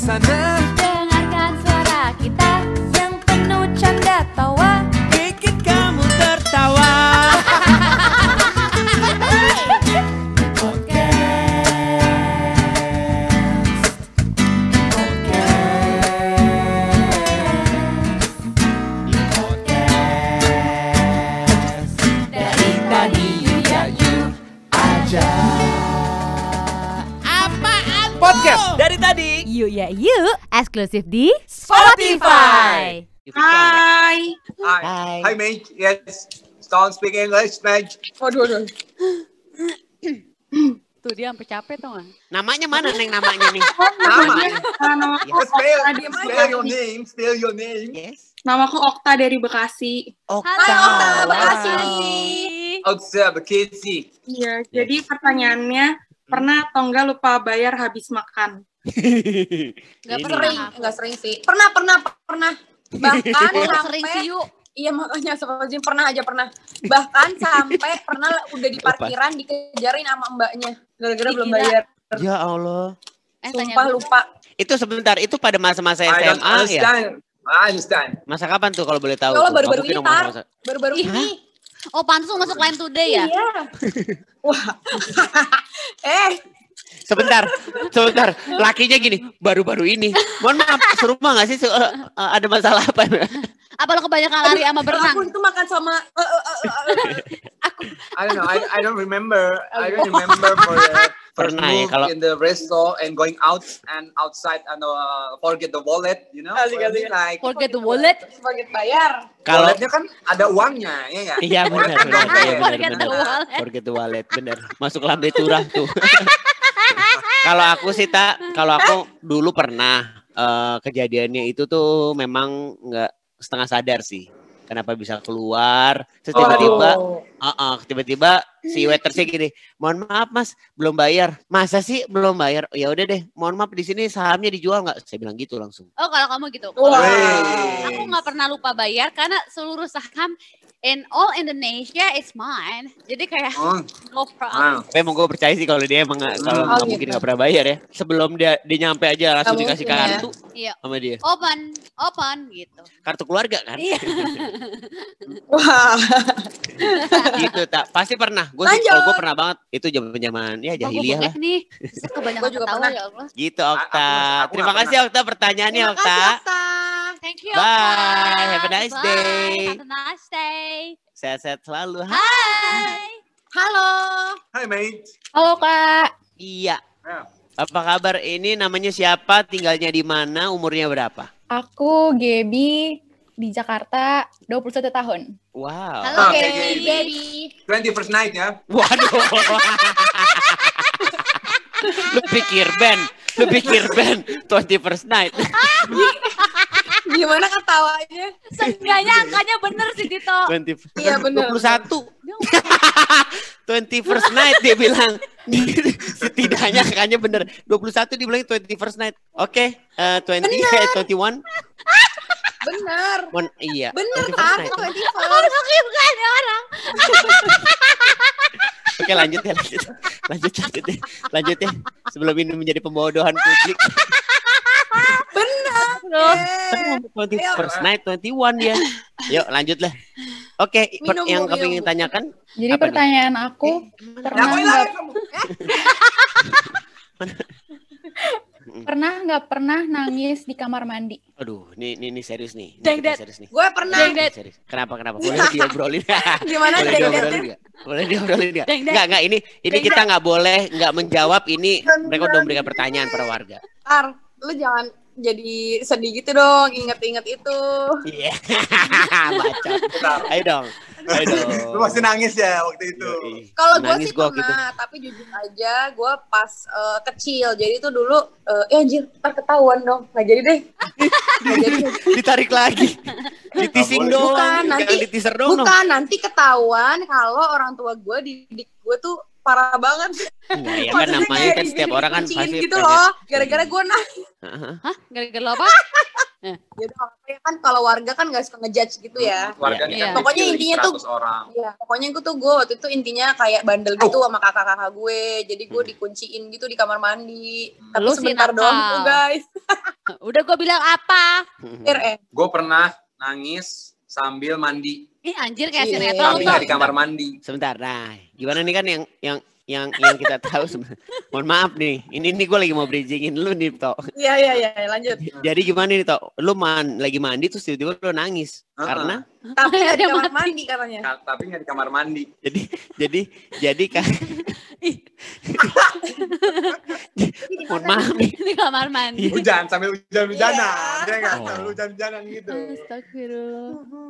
sana. Dengarkan suara kita yang penuh canda tawa, bikin kamu tertawa. dari tadi ya you aja. Podcast Dari tadi. Yuk ya yuk, eksklusif di Spotify. Hai. Hai. Hi, mate. Yes. Don't speak English, mate. Waduh. Tuh dia sampai capek tau gak? Namanya mana Neng namanya nih? Nama Spell your name. Spell your name. Yes. Namaku Okta dari Bekasi. Okta. Bekasi. Oksa Bekasi. Iya, jadi pertanyaannya pernah atau enggak lupa bayar habis makan? Enggak sering sih. Pernah. Bahkan Sering sampai sih yuk. iya makanya seperti pernah. Bahkan sampai pernah udah di parkiran dikejarin sama mbaknya gara-gara belum bayar. Ya Allah. Sumpah lupa. Itu sebentar, itu pada masa-masa I don't SMA ya? understand. I understand. Masa kapan tuh kalau boleh tahu? Kalau tuh? baru-baru Nggak ini mungkin dong masa-masa. baru-baru ini. Oh pantas lu masuk Line Today ya? Iya. Wah. Sebentar. Lakinya gini, baru-baru ini. Mohon maaf, serumah nggak sih? Ada masalah apa? Apa lo kebanyakan lari sama berenang? Aku itu makan sama I don't know. I don't remember. I don't remember for the first Pernah ya, move kalau- in the resto and going out and outside and forget the wallet. You know. Asik. Like Forget the wallet. sebagai bayar. Kalau walletnya kan ada uangnya, ya nggak? iya benar. Forget the wallet. Forget the wallet, benar. Masuk lambe turah tuh. Kalau aku sih kalau aku dulu pernah kejadiannya itu tuh memang nggak setengah sadar sih. Kenapa bisa keluar? Terus tiba-tiba si waitersnya gini, mohon maaf mas, belum bayar. Masa sih belum bayar? Ya udah deh, mohon maaf di sini sahamnya dijual nggak? Saya bilang gitu langsung. Oh kalau kamu gitu. Wah. Aku nggak pernah lupa bayar karena seluruh saham in all Indonesia it's mine. Jadi kayak Oh, no problem. Tapi emang gue percaya sih kalau dia emang kalau nggak mungkin nggak pernah bayar ya. Sebelum dia nyampe aja langsung Nggak dikasih mungkin ya. kartu Iya. sama dia. Open gitu. Kartu keluarga kan? Iya. Wah. Gitu tak pasti pernah gue Lanjut. kalau gue pernah banget itu zaman ya jahiliyah lah nih. Kebanyakan Gua juga ketawa pernah. ya Allah. gitu Okta. Aku Terima nggak kasih Okta pertanyaannya Terima Okta. kasih, Okta. Thank you. Bye. Have a nice Bye. day. Have a nice day. Sehat-sehat selalu. Hai. Halo. hi mate. Halo Kak. Iya. Yeah. Apa kabar? Ini namanya siapa? Tinggalnya di mana? Umurnya berapa? Aku Gaby di Jakarta, 21 tahun. Wow. Halo Oke, baby. 21st night ya. Waduh. Lu pikir band 21st night. Gimana ketawanya? Seenggaknya angkanya bener sih Tito. 20, Iya, bener. 21. 21st night dia bilang. Setidaknya angkanya bener. 21 dibilang 21st night. Oke, 21. Bener. Iya. Bener 21st kan? night. 21st. Bukan ya orang. Oke, lanjut ya. Lanjut ya. Sebelum ini menjadi pembodohan publik. Loh. Kan ngomong 21st night, 21 ya. Yuk, lanjut lah. Oke, Minum, yang minum. kamu ingin tanyakan? Jadi Apa nih? pertanyaan aku, pernah nggak pernah nangis di kamar mandi? Aduh, ini serius nih. Ini Deng, kita Det. serius nih. Gue pernah. Ini serius. Kenapa? Boleh diobrolin? Gimana Boleh Deng, diobrolin Deng? nggak? Boleh diobrolin nggak? Deng, Deng. Nggak. Ini kita nggak boleh nggak menjawab. Ini mereka udah memberikan pertanyaan pada warga. Ar, lu jangan jadi sedih gitu dong, inget-inget itu. Iya. Baca. Ayo dong. Lu masih nangis ya waktu itu. Yoi. Kalau gue Nangis sih gua pernah, tapi jujur aja gue pas kecil, jadi tuh dulu, anjir, ntar ketahuan dong, nggak jadi deh. Nggak jadi. Ditarik lagi. Ditising doang. Bukan, nanti, Jangan diteaser doang. bukan, nanti ketahuan kalau orang tua gue didik gue tuh parah banget. Nah, ya kan namanya kan setiap orang kan dikucingin pasti gitu pengen- loh, gara-gara gue nangis. Hah? Gara-gara lo apa? Jadi makanya kan kalau warga kan nggak suka ngejudge gitu ya. Keluarganya Iya. kan Pokoknya kecil, intinya tuh- 100 orang. Iya, pokoknya gue waktu itu intinya kayak bandel gitu sama kakak-kakak gue. Jadi gue dikunciin gitu di kamar mandi. Tapi Lu sih sebentar nakal. doang tuh guys. Udah gue bilang apa? Gue pernah nangis sambil mandi. Ih anjir kayak Iya, sinetron Tapi tuh. nggak di kamar mandi. Sebentar, nah gimana nih kan yang kita tahu mohon maaf nih, ini gue lagi mau bridgingin lu nih Tok. Iya, lanjut. Jadi gimana nih Tok, lu lagi mandi terus tiba-tiba lu nangis karena Tapi nggak di Ada kamar mati. mandi katanya. Tapi nggak di kamar mandi. jadi kan mohon maaf nih. Di kamar mandi. Hujan sambil hujan-hujanan. Iya. Dia nggak Oh. sambil hujan-hujanan gitu. Astagfirullah.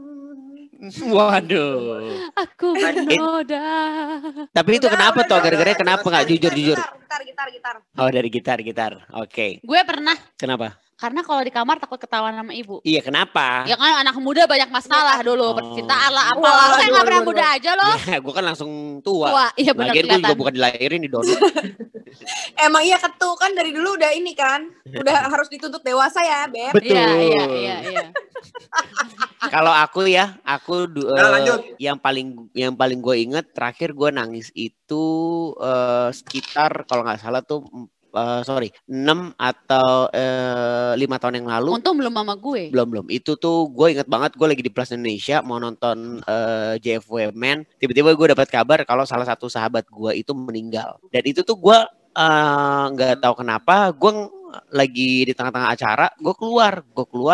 Waduh. Aku bernoda. Tapi itu kenapa Tok? Gara-gara kenapa nggak jujur? Gitar. Oh dari gitar. Oke. Gue pernah. Kenapa? Karena kalau di kamar takut ketahuan sama ibu. Iya kenapa? Ya kan anak muda banyak masalah dulu. Oh. Percintaan lah apalah. Saya nggak pernah Waduh. muda aja loh. Ya, gue kan langsung tua. Wah, iya benar Lagian gue kelihatan. juga bukan dilahirin di dono. Emang iya ketu kan dari dulu udah ini kan. Udah harus dituntut dewasa ya, Beb. Betul. Iya. Kalau aku ya, lanjut. yang paling gue inget terakhir gue nangis itu sekitar kalau nggak salah tuh 6 atau 5 tahun yang lalu. Untung belum sama gue. Belum. Itu tuh gue inget banget gue lagi di Plaza Indonesia mau nonton JFW Man. Tiba-tiba gue dapat kabar kalau salah satu sahabat gue itu meninggal. Dan itu tuh gue nggak tahu kenapa gue lagi di tengah-tengah acara gue keluar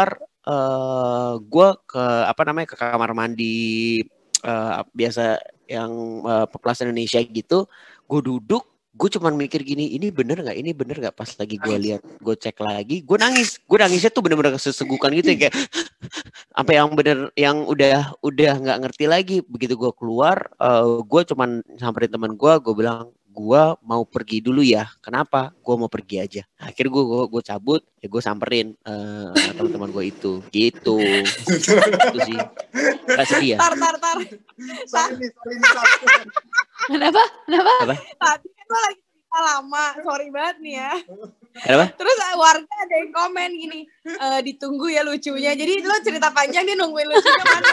gue ke kamar mandi biasa yang Plaza Indonesia gitu. Gue duduk, gue cuman mikir gini, ini bener nggak? Pas lagi gue lihat, gue cek lagi, gue nangisnya tuh bener-bener kesegukan gitu ya, kayak sampai yang udah nggak ngerti lagi. Begitu gue keluar, gue cuman samperin teman gue bilang, gue mau pergi dulu ya. Kenapa? Gue mau pergi aja. Akhirnya gue cabut, ya gue samperin teman-teman gue itu, gitu. Itu sih. Gak sedih ya? Tar. Sorry. Kenapa? Tadi kan lo lagi cerita lama. Sorry banget nih ya. Kenapa? Terus warga ada yang komen gini, ditunggu ya lucunya. Jadi lo cerita panjang dia nungguin lucunya mana.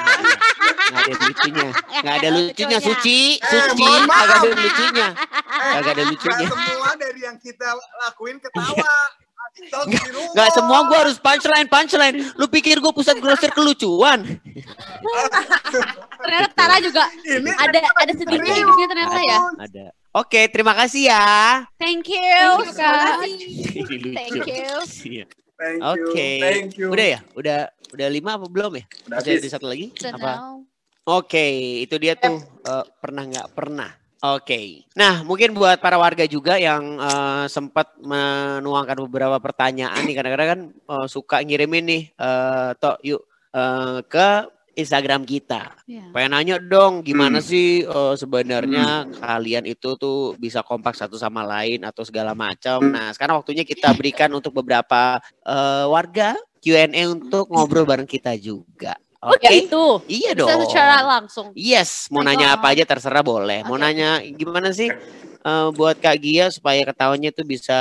Nggak ada lucunya. Suci. mohon maaf. Kagak ada lucunya. Gak semua dari yang kita lakuin ketawa. Nggak semua gue harus punchline. Lu pikir gue pusat grosir kelucuan? Ternyata Tara juga Ini ada sedihnya hidupnya ternyata ya. Ada. Oke, terima kasih ya. Thank you, Kak. Ini lucu. Thank you. Iya. Thank you. Oke. Thank you. Udah ya? Udah 5 apa belum ya? Udah Masih habis. ada satu lagi? So Apa? now, Oke, itu dia tuh pernah nggak pernah. Oke. Nah, mungkin buat para warga juga yang sempat menuangkan beberapa pertanyaan nih, kadang-kadang kan suka ngirimin nih, Tok, yuk ke Instagram kita. yeah. Pengen nanya dong, gimana sih sebenarnya kalian itu tuh bisa kompak satu sama lain atau segala macam. Nah, sekarang waktunya kita berikan untuk beberapa warga Q&A untuk ngobrol bareng kita juga. Oke. Ya itu. Iya Bisa dong. secara langsung. Yes, mau nanya apa aja terserah boleh. Mau nanya gimana sih buat Kak Gia supaya ketahuannya tuh bisa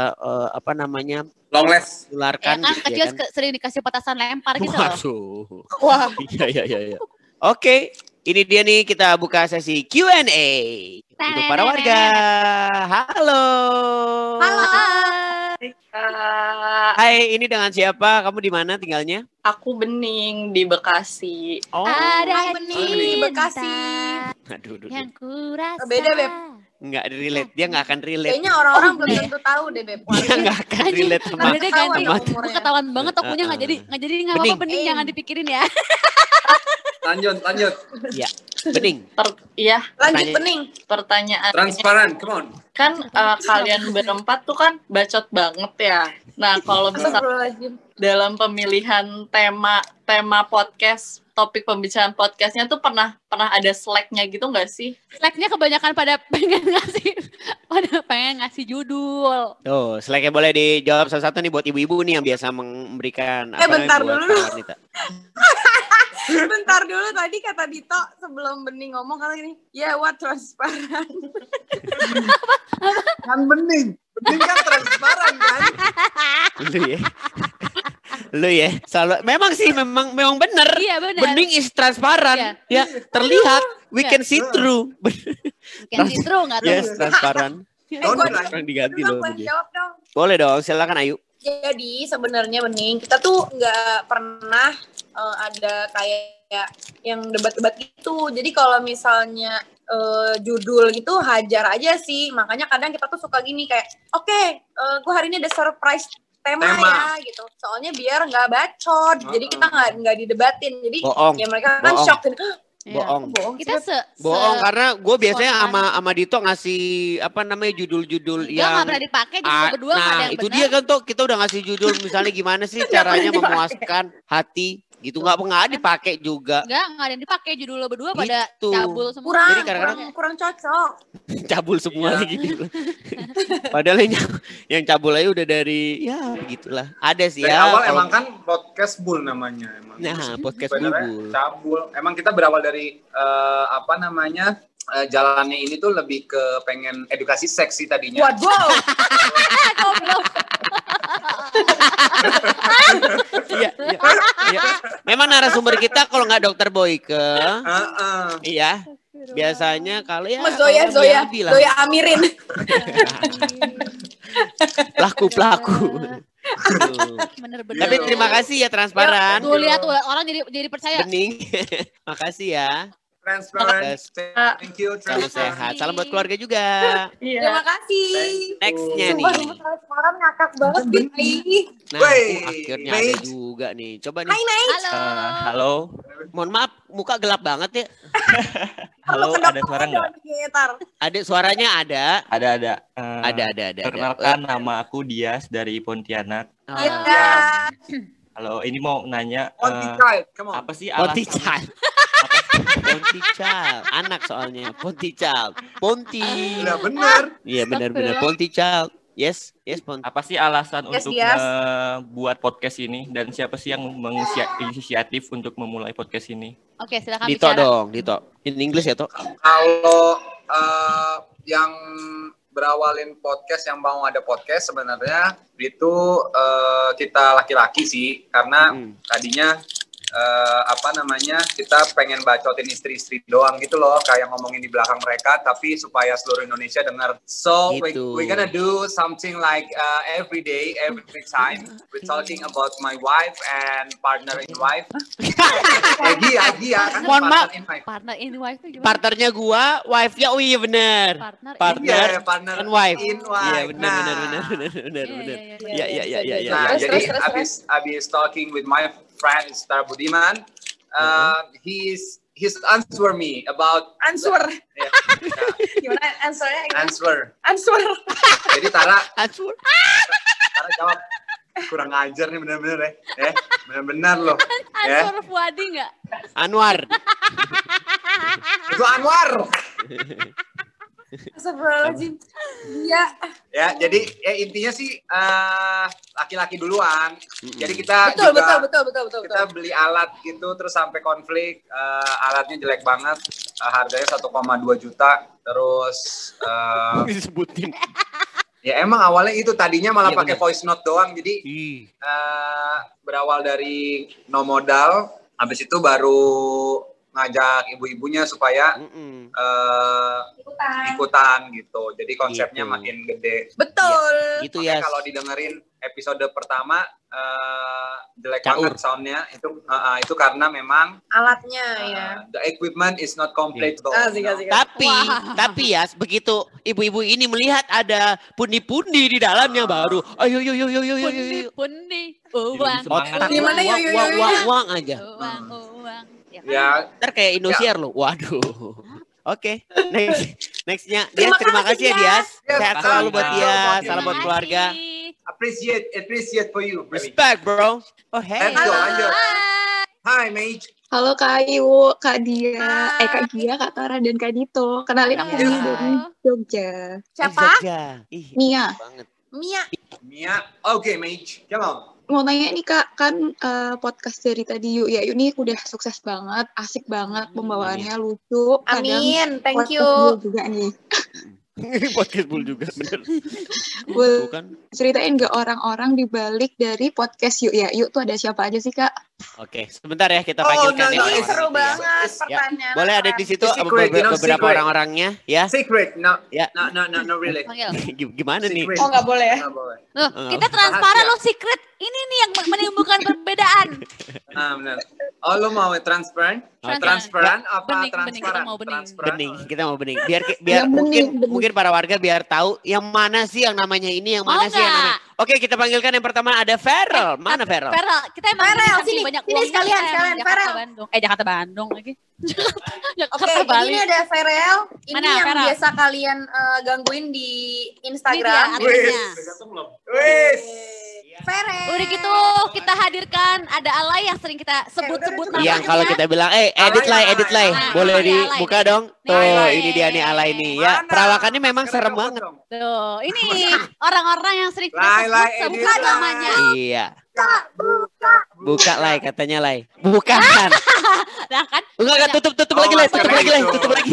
Long last. Ya tularkan kan gitu kecil ya kan. sering dikasih petasan lempar gitu loh. Waduh. Wah, Iya. Oke, ini dia nih kita buka sesi Q&A untuk para warga. Halo. Hai, ini dengan siapa? Kamu di mana tinggalnya? Aku Bening di Bekasi. Oh, Ada Bening di Bekasi. aduh. yang kurasa. Beda, Beb. Nggak relate, dia nggak akan relate. Kayaknya orang-orang belum tentu tahu deh, Beb. Dia nggak akan relate sama. Udah deh ganti. sama- Gue ketahuan banget akunya nggak jadi nggak apa-apa Bening. Bening jangan dipikirin ya. Lanjut. Ya, Bening. Iya, Lanjut Tanya- Bening. pertanyaan Transparan, come on. kan kalian berempat tuh kan bacot banget ya. Nah, kalau bisa Astagfirullahaladzim. dalam pemilihan tema podcast, topik pembicaraan podcastnya tuh pernah ada slack-nya gitu nggak sih? Slack-nya kebanyakan pada pengen ngasih judul. Tuh, Slack-nya boleh dijawab satu-satu nih buat ibu-ibu nih yang biasa memberikan bentar buat dulu. para wanita. Bentar dulu, tadi kata Dito sebelum Bening ngomong kali ini, ya what transparan. Kan Bening kan transparan kan? Lu ya. Selalu memang benar. Iya benar. Bening is transparan. Iya. Ya, terlihat. We Iya. can see through. Can see through nggak tuh? Yes, transparan. Don't Gua lie. Sekarang diganti dong, loh. boleh jawab dong. Boleh dong, silakan Ayu. Jadi sebenarnya Bening, kita tuh nggak pernah ada kayak yang debat-debat gitu. Jadi kalau misalnya judul gitu hajar aja sih. Makanya kadang kita tuh suka gini kayak, oke, gue hari ini ada surprise tema ya gitu. Soalnya biar nggak bacot. Jadi kita nggak didebatin. Jadi Bohong. ya mereka kan shock. Bohong. Kita Bohong karena gue biasanya spontan. sama Dito ngasih apa namanya judul-judul Enggak, yang nggak pernah dipakai judul berdua nggak ada nah yang itu benar. dia kan tuh kita udah ngasih judul misalnya gimana sih caranya memuaskan hati gitu nggak dipakai juga Enggak ada yang dipakai judul lo berdua pada Gitu. cabul semua. Kurang, Jadi kadang-kadang- kurang cocok. cabul semua lagi gitu. Padahal yang cabul aja udah dari ya begitulah. Ada sih Dari ya. awal kalau- emang kan podcast Bull namanya emang. Nah, podcast Sebenarnya Bulbul. cabul. Emang kita berawal dari jalannya ini tuh lebih ke pengen edukasi seks sih tadinya. Waduh. Iya. Memang narasumber kita kalau nggak Dokter Boyke, iya. Biasanya kalau ya Mas Zoya, kalau Biabi lah. Zoya Amirin. Pelaku. Bener-bener. Tapi terima kasih ya transparan. Tuh lihat tuh orang jadi percaya. Bening. Makasih ya. Transparent. Thank you. Selalu Transparent. sehat. Salam buat keluarga juga. Terima kasih. Nextnya nih. Sumpah, rumah transparan ngakak banget, Bi. Nah, Wey, akhirnya ada Mate. juga nih. Coba nih. Hai, Mate. Halo. Halo, Mohon maaf, muka gelap banget ya. halo, Kedok ada suara aja nggak? di gitar. Ada suaranya ada. Ada. Ada. Perkenalkan, nama aku Dias dari Pontianak. Ah, Iya. Halo, ini mau nanya Ponti child, come on. apa sih Ponti alasan? child. Ponti child. Anak soalnya. Ponti child. Ponti. Udah bener. Iya benar-benar. Ponti child. Yes, Ponti. Apa sih alasan Yes, untuk Dias. buat podcast ini dan siapa sih yang menginisiatif untuk memulai podcast ini? Oke, silakan Dito bicara. dong, Dito. In English ya, Tok? Kalau yang berawalin podcast, yang mau ada podcast sebenarnya itu kita laki-laki sih, karena tadinya kita pengen bacotin istri-istri doang gitu loh, kayak ngomongin di belakang mereka, tapi supaya seluruh Indonesia dengar. So Gitu. we gonna do something like every day, every time we're talking about my wife and partner in wife. Gia kan Mohon maaf. partner in wife. Partner in wife itu gimana? Partnernya gua, wife-nya oh iya bener. Partner in Partner Iya, partner and wife. in wife. Iya benar. Iya. Iya. Nah, Terus, jadi terus. abis talking with my friend Star Budiman, he's answer me about Answer. Ya, Gimana answernya? answer. Answer. Jadi Tara Answer. jawab kurang ajar nih benar-benar ya. Benar-benar loh. Ya. Answer Fuadi nggak? Anwar. Itu Anwar. Astagfirullahaladzim. Iya. Ya, jadi intinya sih laki-laki duluan. Jadi kita Betul. kita beli alat gitu terus sampai konflik, alatnya jelek banget, harganya 1,2 juta, terus Disebutin. ya emang awalnya itu tadinya malah Iya, pakai benar. voice note doang, jadi Ih. berawal dari no modal, habis itu baru ngajak ibu-ibunya supaya ikutan gitu. Jadi konsepnya Gitu. makin gede. Betul. Gitu Makanya ya. kalau didengerin episode pertama jelek Caur. banget soundnya, itu karena memang Alatnya ya. the equipment is not complete. Asik. Tapi ya begitu ibu-ibu ini melihat ada pundi-pundi di dalamnya baru. Ayo. Pundi. Uang. Semangat. Gimana, yuk. Uang aja. Uang. Ya kan? Ya, Ntar kayak Indosiar loh. Waduh. Oke. Nextnya. Terima Terima kasih ya kasih, Dias. Dias. Sehat selalu buat Terima Dias. kasih. Salam buat keluarga. appreciate for you. baby. Respect bro. Oh hey. Let's go, lanjut. Hi, Mage. Halo Kak Ayu, Kak Dia, Kak Gia, Kak Tara, dan Kak Dito. Kenalin aku Iya. Mia dari Jogja. Siapa? Ih, Mia, banget. Mia. Mia. Oke, Mage. Come on. mau tanya nih Kak, kan podcast dari tadi Yuk Ya Yuk nih udah sukses banget, asik banget, pembawaannya lucu. Amin. Thank podcast you. juga nih. Podcast Bull juga bener. Boleh Bukan. ceritain nggak orang-orang di balik dari podcast Yuk Ya Yuk tuh ada siapa aja sih Kak? Oke, sebentar ya kita Oh, panggilkan no, ya. no, Ini orang-orang seru itu ya. banget Ya, pertanyaan. boleh ada di situ Secret, you know, beberapa secret. orang-orangnya ya. Secret, no, Ya. no, really. Panggil. Gimana nih? Secret. Oh, nggak boleh ya? Nggak boleh. Loh, Oh. kita transparan Rahasia. lo secret. Ini nih yang menimbulkan perbedaan. Benar. Oh, lo mau transparan? Oke. Transparan apa Bening, transparan? kita mau bening. Transparan. Kita mau bening. Biar mungkin para warga biar tahu yang mana sih yang namanya ini, yang Mau mana sih yang nggak? namanya. Oke, kita panggilkan yang pertama ada Feral. Mana Feral? Feral, kita emang Feral, saking sini. banyak Sini uangnya, sekalian, kita sekalian, emang Jakarta Feral. Bandung. Jakarta Bandung lagi. Oke, Jakarta Bali. ini ada Ferel. Ini Mana, yang Feral? biasa kalian gangguin di Ini dia Instagram. adminnya. Wis. Ferel. Udah gitu kita hadirkan ada Alay yang sering kita sebut-sebut namanya. Yang kalau kita bilang, edit lah. Nah, Boleh Alay, dibuka Alay. dong. Nih, Tuh, Alay. ini dia nih Alay nih. Ya, Mana? perawakannya memang serem Keren banget. dong. Tuh, ini orang-orang yang sering kita Lay, Lay, sebut edit, Lay. namanya. Iya. Buka Lay katanya Lay. Bukan. Nah kan, Enggak, tutup Oh, lagi Lay, masker tutup lagi Lay, itu. tutup lagi.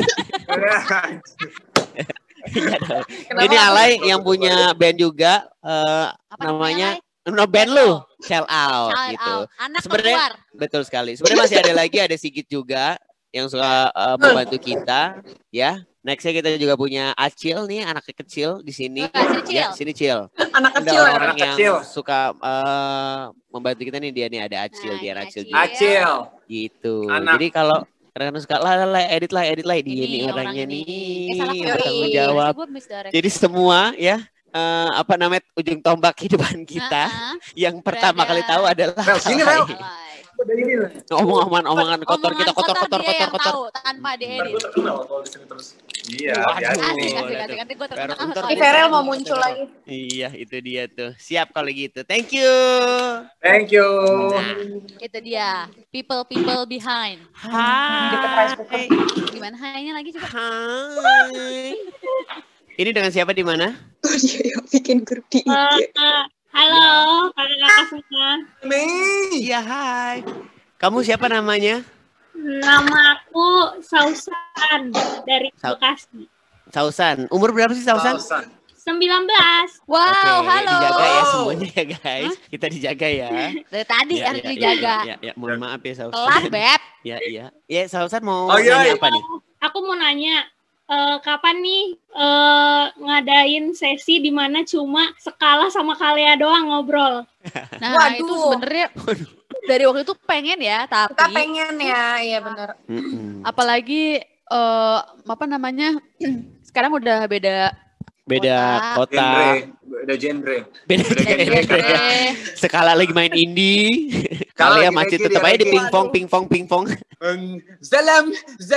Iya dong. Kenapa Ini nggak Alay tutup? yang punya band juga apa namanya Alay? no band lu, Chill Out Child gitu. out. Anak Sebenarnya keluar. betul sekali. Sebenarnya masih ada lagi ada Sigit juga yang suka membantu kita ya. Nextnya kita juga punya Acil nih, anak kecil di sini. Sini, Cil. Ya, sini Cil. Anak Ada kecil. orang-orang Anak yang kecil. suka membantu kita nih, dia nih ada Acil, Nah, dia ini Acil Acil. juga. Acil. Gitu. Anak. Jadi kalau kadang-kadang suka edit lah dia Ini nih orangnya orang ini. nih Salah bertanggung pilih. jawab. Gue misdirect. Jadi semua ya apa namanya ujung tombak kehidupan kita yang pertama Berada. kali tahu adalah Rel, sini, Rel. Alay. omongan kotor kita kotor dia yang tahu tanpa diedit. Iya, Kasih, ganti gue Baru terkenal. ntar Ini Ferel mau muncul lagi. Iya, itu dia tuh. Siap kalau gitu. Thank you. Thank you. Nah, Itu dia. People behind. hai. Gimana hai-nya lagi coba? Hai. Ini dengan siapa di mana? Oh, dia yang bikin grup di IG. Halo, kakak-kakak semua. Iya, hai. Kamu siapa namanya? Nama aku Sausan dari Bekasi. Sausan. Umur berapa sih Sausan? 19. Wow, Oke, halo. dijaga ya semuanya ya guys. Kita dijaga ya. Dari tadi harus dijaga. Ya, mohon maaf ya Sausan. Telat, Beb. Ya. Ya, Sausan mau Oh, iya, nanya iya. apa nih? Aku mau nanya, kapan nih ngadain sesi di mana cuma Skala sama Kalea doang ngobrol? Nah, Waduh. itu sebenarnya dari waktu itu pengen ya, tapi Kita pengen ya, iya benar. apalagi apa namanya? Sekarang udah beda Kota. Beda genre. Beda genre. genre. Skala lagi main indie. Kalau Kalian lagi masih reggae, tetap dia aja di reggae. pingpong. Zalam.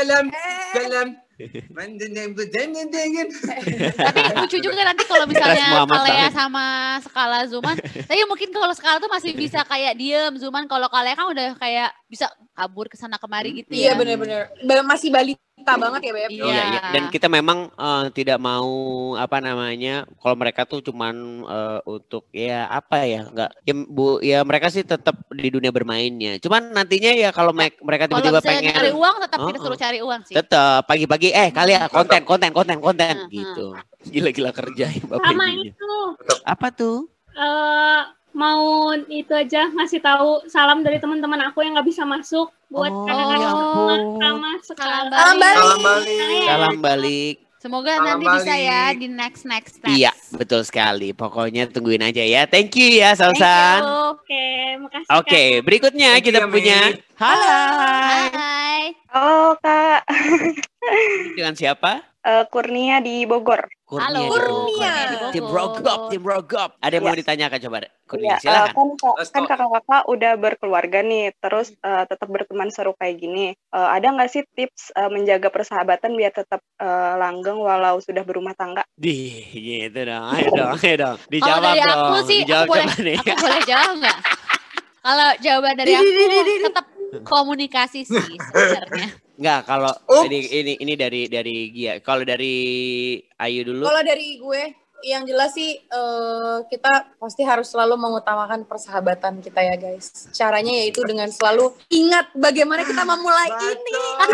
Tapi lucu juga nanti kalau Ras misalnya Muhammad Kalea banget. sama Skala Zuman. Tapi mungkin kalau Skala tuh masih bisa kayak diem, Zuman kalau Kalea kan udah kayak bisa kabur ke sana kemari gitu Iya ya. benar-benar. Masih balita banget ya, Beb. Iya. Iya. Dan kita memang tidak mau apa namanya, kalau mereka tuh cuman untuk ya apa ya, enggak ya mereka sih tetap di dunia bermainnya. Cuman nantinya ya kalau mereka Kalau tiba-tiba bisa pengen cari uang tetap kita Oh, suruh cari uang sih. tetap pagi-pagi kalian konten Nah, gitu. Gila kerja ya Bapak Sama Ibunya. itu, Apa tuh? mau itu aja ngasih tahu salam dari teman-teman aku yang nggak bisa masuk buat Oh, kakak-kakak ya semua ampun. sama Skala. Salam balik. Salam balik. Salam balik. Semoga Salam nanti bisa balik. ya di next. Iya, betul sekali. Pokoknya tungguin aja ya. Thank you ya, Thank Sausan. you. Oke, makasih. Oke, berikutnya Thank you, kita Yami. punya Hai. Hai. Oh, Kak. Dengan siapa? Kurnia di Bogor. Halo. Kurnia. Tim Rogop. Ada yang mau ditanyakan coba, Kurnia? Iya, Silakan. kan kakak-kakak udah berkeluarga nih, terus tetap berteman seru kayak gini. Ada nggak sih tips menjaga persahabatan biar tetap langgeng walau sudah berumah tangga? Gitu dong. Ayo dong. Kalau Dijawab dari dong. aku sih, Dijawab aku boleh, coba nih. aku boleh jawab nggak? Kalau jawaban dari aku tetap komunikasi sih sebenarnya. Enggak, kalau Ups. ini dari Gia. Kalau dari Ayu dulu. Kalau dari gue, yang jelas sih kita pasti harus selalu mengutamakan persahabatan kita ya guys. Caranya yaitu dengan selalu ingat bagaimana kita memulai ini.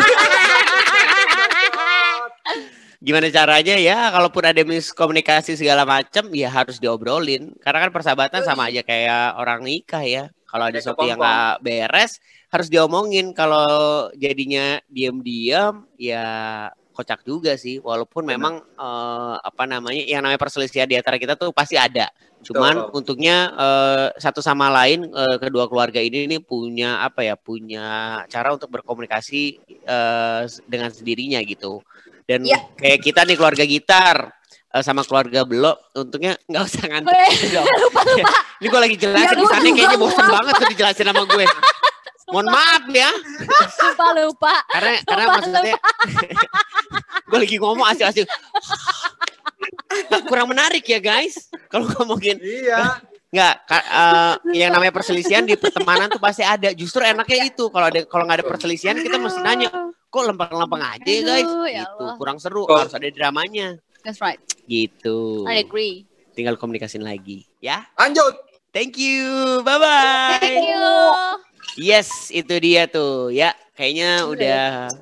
Gimana caranya ya, kalaupun ada miskomunikasi segala macam ya harus diobrolin. Karena kan persahabatan sama aja kayak orang nikah ya. Kalau ada Kayak sesuatu yang kepompong. nggak beres harus diomongin. Kalau jadinya diam-diam ya kocak juga sih. Walaupun memang yang namanya perselisihan di antara kita tuh pasti ada. Cuman untungnya satu sama lain kedua keluarga ini punya punya cara untuk berkomunikasi dengan sendirinya gitu. Dan kayak kita nih keluarga gitar sama keluarga Blok, untungnya nggak usah ngantuk. Lupa. Ini gue lagi jelasin, kesannya kayaknya bosan banget tuh dijelasin sama gue. Mohon maaf ya. Lupa. Karena maksudnya gue lagi ngomong asik-asik. Kurang menarik ya guys. Kalau ngomongin. Iya. Nggak, yang namanya perselisihan di pertemanan tuh pasti ada. Justru enaknya itu. Kalau nggak ada perselisihan kita mesti nanya, kok lempeng-lempeng aja ya guys. Gitu. Kurang seru. Harus ada dramanya. That's right. Gitu. I agree. Tinggal komunikasin lagi, ya. Lanjut. Thank you. Bye-bye. Thank you. Yes, itu dia tuh ya. Kayaknya udah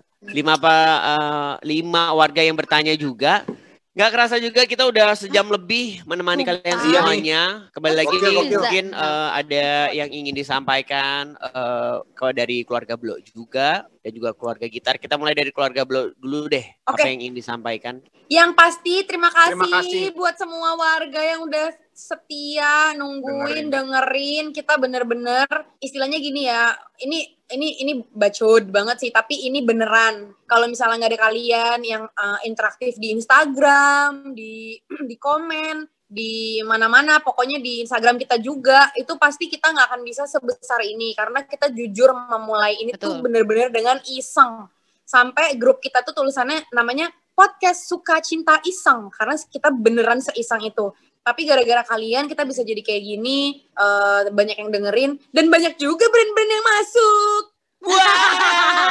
5 warga yang bertanya juga. Nggak kerasa juga kita udah sejam lebih menemani kalian semuanya. Kembali lagi nih, mungkin ada yang ingin disampaikan dari keluarga Blok juga dan juga keluarga gitar. Kita mulai dari keluarga Blok dulu deh. Apa yang ingin disampaikan? Yang pasti terima kasih kasih. buat semua warga yang udah setia nungguin, dengerin. Kita bener-bener istilahnya gini ya. Ini bacot banget sih, tapi ini beneran. Kalau misalnya nggak ada kalian yang interaktif di Instagram, di komen, di mana-mana, pokoknya di Instagram kita juga, itu pasti kita nggak akan bisa sebesar ini. Karena kita jujur memulai ini tuh bener-bener dengan iseng. Sampai grup kita tuh tulisannya namanya Podcast Suka Cinta Iseng. Karena kita beneran seiseng itu. Tapi gara-gara kalian kita bisa jadi kayak gini, banyak yang dengerin, dan banyak juga brand-brand yang masuk. Wah.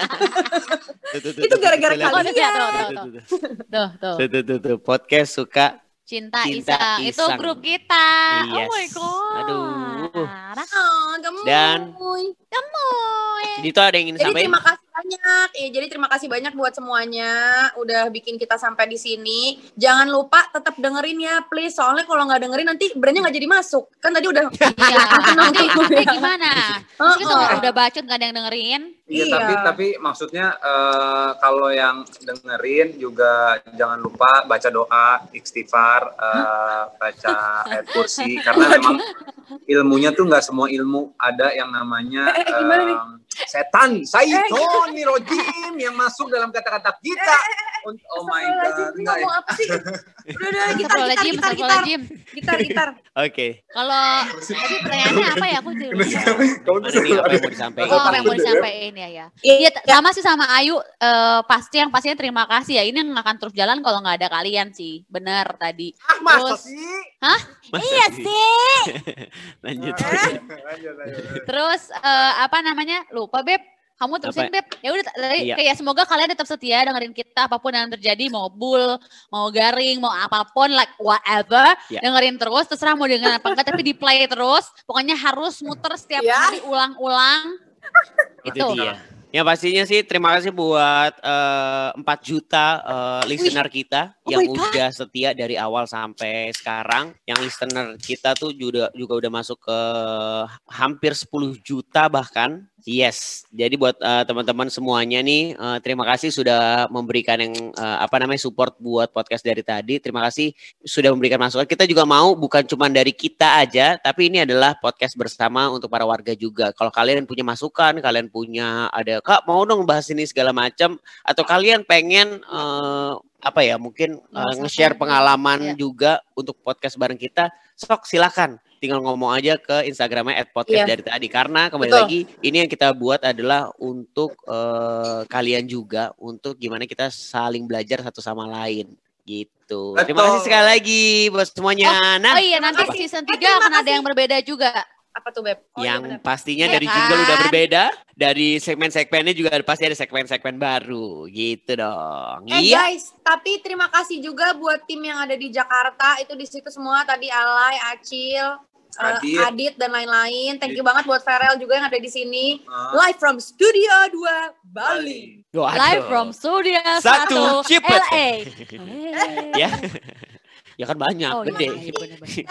Itu gara-gara kalian. Tuh. Podcast Suka Cinta Iseng. Itu grup kita. Yes. Oh my God. Aduh. Gemoy. Dan Gemoy. Dito ada yang ingin Jadi sampaikan? terima kasih banyak. Jadi terima kasih banyak buat semuanya udah bikin kita sampai di sini. Jangan lupa tetap dengerin ya, please. Soalnya kalau nggak dengerin nanti brandnya nggak jadi masuk. Kan tadi udah. Iya. Nanti gimana? Terus kita udah bacot nggak ada yang dengerin. Iya, tapi maksudnya kalau yang dengerin juga jangan lupa baca doa, istighfar, baca ayat kursi, karena memang ilmunya tuh nggak semua ilmu, ada yang namanya setan, syaiton, nirojim yang masuk dalam kata-kata kita. Oh my God, enggak ya? Apa sih? Udah, gitar. Oke. Kalau tadi pertanyaannya apa ya? Aku jadi lupa. Apa yang mau disampaikan? Oh, apa yang mau disampaikan ya? Iya, sama sih sama Ayu. Pastinya terima kasih ya. Ini yang akan terus jalan kalau nggak ada kalian sih. Benar tadi. Masa sih? Hah? Iya sih. Lanjut. Terus lupa Beb. Kamu terusin Beb. Ya udah kayak semoga kalian tetap setia dengerin kita apapun yang terjadi, mau bull, mau garing, mau apapun, like whatever, dengerin terus, terserah mau dengerin apa enggak, tapi di play terus. Pokoknya harus muter setiap hari ulang-ulang. Itu dia. Ya pastinya sih terima kasih buat 4 juta listener kita yang udah setia dari awal sampai sekarang. Yang listener kita tuh juga udah masuk ke hampir 10 juta bahkan. Yes, jadi buat teman-teman semuanya nih, terima kasih sudah memberikan yang support buat podcast dari tadi. Terima kasih sudah memberikan masukan. Kita juga mau bukan cuma dari kita aja, tapi ini adalah podcast bersama untuk para warga juga. Kalau kalian punya masukan, kalian punya Kak mau dong bahas ini segala macam, atau kalian pengen mungkin nge-share pengalaman juga untuk podcast bareng kita, sok silakan. Tinggal ngomong aja ke Instagramnya @podcast dari tadi. Karena kembali lagi ini yang kita buat adalah untuk kalian juga, untuk gimana kita saling belajar satu sama lain gitu. Terima kasih sekali lagi buat semuanya. Nanti season 3 akan ada yang berbeda juga. Apa tuh Beb? Yang pastinya dari jingle udah berbeda, dari segmen-segmennya juga pasti ada segmen-segmen baru gitu dong. Guys, tapi terima kasih juga buat tim yang ada di Jakarta, itu di situ semua tadi Alay, Acil, Adit dan lain-lain. Thank you banget buat Farel juga yang ada di sini. Live from Studio 2 Bali. Live from Studio 1 Cipet. LA. Ya kan banyak, gede.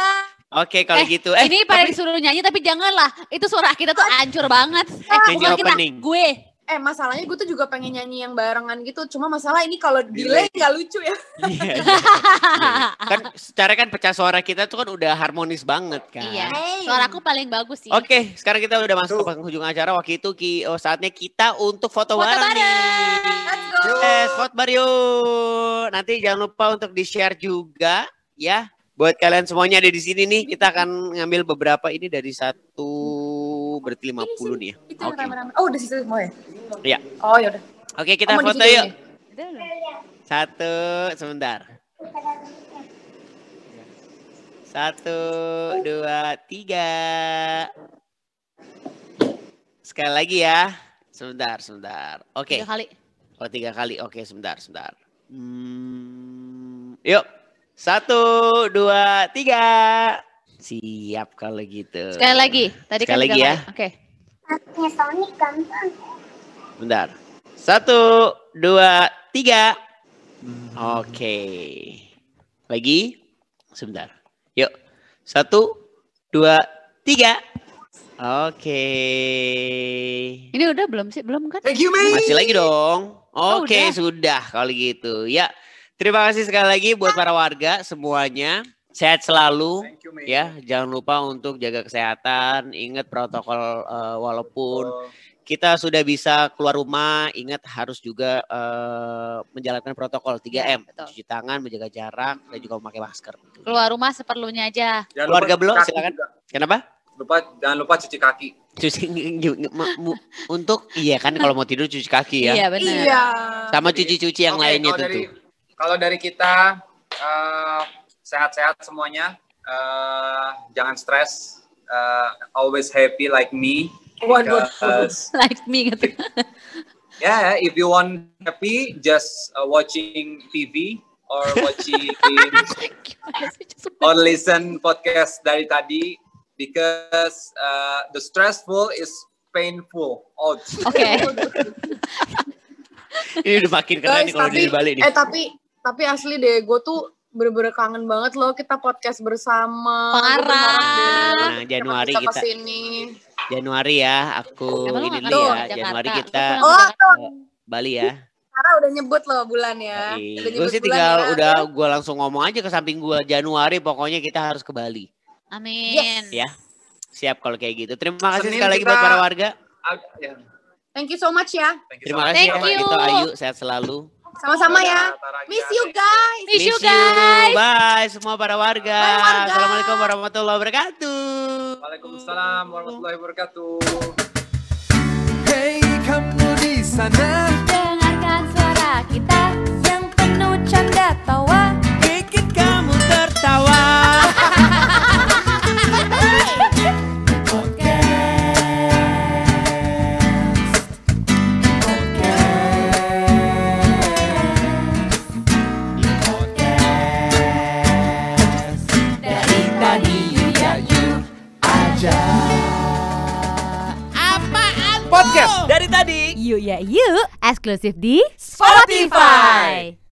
Oke, kalau gitu. Ini pada disuruh nyanyi tapi janganlah. Itu suara kita tuh hancur banget. Nyanyi Bukan kita, opening. gue. Masalahnya gue tuh juga pengen nyanyi yang barengan gitu. Cuma masalah ini kalau delay nggak lucu ya. Iya. Kan secara kan pecah suara kita tuh kan udah harmonis banget kan. Iya. Suaraku paling bagus sih. Oke, sekarang kita udah masuk ke penghujung acara. Waktu itu saatnya kita untuk foto bareng nih. Let's go. Yes, foto Mario. Nanti jangan lupa untuk di-share juga ya. Buat kalian semuanya ada di sini nih, kita akan ngambil beberapa ini dari berarti 50 nih ya. Oke. Oh, udah situ semua ya? Iya. Oh, yaudah. Oke, kita foto yuk. Satu, sebentar. 1, 2, 3. Sekali lagi ya. Sebentar. Oke. 3 kali. Oh, 3 kali. Oke, sebentar. Yuk. 1, 2, 3. Siap kalau gitu. Sekali lagi. Tadi sekali kan lagi ya. Oke. Bentar. 1, 2, 3. Oke. Lagi. Sebentar. Yuk. 1, 2, 3. Oke. Ini udah belum sih? Belum kan? Thank you, May. Masih lagi dong. Oke, udah. sudah kalau gitu. Ya. Terima kasih sekali lagi buat para warga semuanya. Sehat selalu ya. Jangan lupa untuk jaga kesehatan. Ingat protokol walaupun kita sudah bisa keluar rumah, ingat harus juga menjalankan protokol 3M. Ya, cuci tangan, menjaga jarak, dan juga memakai masker. Keluar rumah seperlunya aja. Keluarga belum silakan. Kenapa? Jangan lupa cuci kaki. Untuk iya kan kalau mau tidur cuci kaki ya. Iya benar. Iya. Sama cuci-cuci yang lainnya tentu. Kalau dari kita sehat-sehat semuanya, jangan stres, always happy like me. Like me gitu. Yeah, if you want happy, just watching TV or watching or listen podcast dari tadi, because the stressful is painful. Oke. Ini udah makin keren nih kalau dibalik nih. Tapi asli deh, gue tuh bener-bener kangen banget loh kita podcast bersama. Parah. Nah, Januari kita. Januari ya, aku Emang ini lu dulu nggak ya. Jakarta? Januari kita Bali ya. Sarah udah nyebut loh bulan ya. Gue sih tinggal gue langsung ngomong aja ke samping gue. Januari pokoknya kita harus ke Bali. Amin. Ya, siap kalau kayak gitu. Terima kasih sekali lagi buat para warga. Thank you so much ya. Terima kasih ya. Kita Ayu, sehat selalu. Sama-sama ya. Miss you guys. Miss you guys. Bye semua para warga. Assalamualaikum warahmatullahi wabarakatuh. Waalaikumsalam warahmatullahi wabarakatuh. Hey kamu di sana, dengarkan suara kita yang penuh canda tawa, bikin kamu tertawa. Podcast dari tadi. yuk ya yuk, eksklusif di Spotify.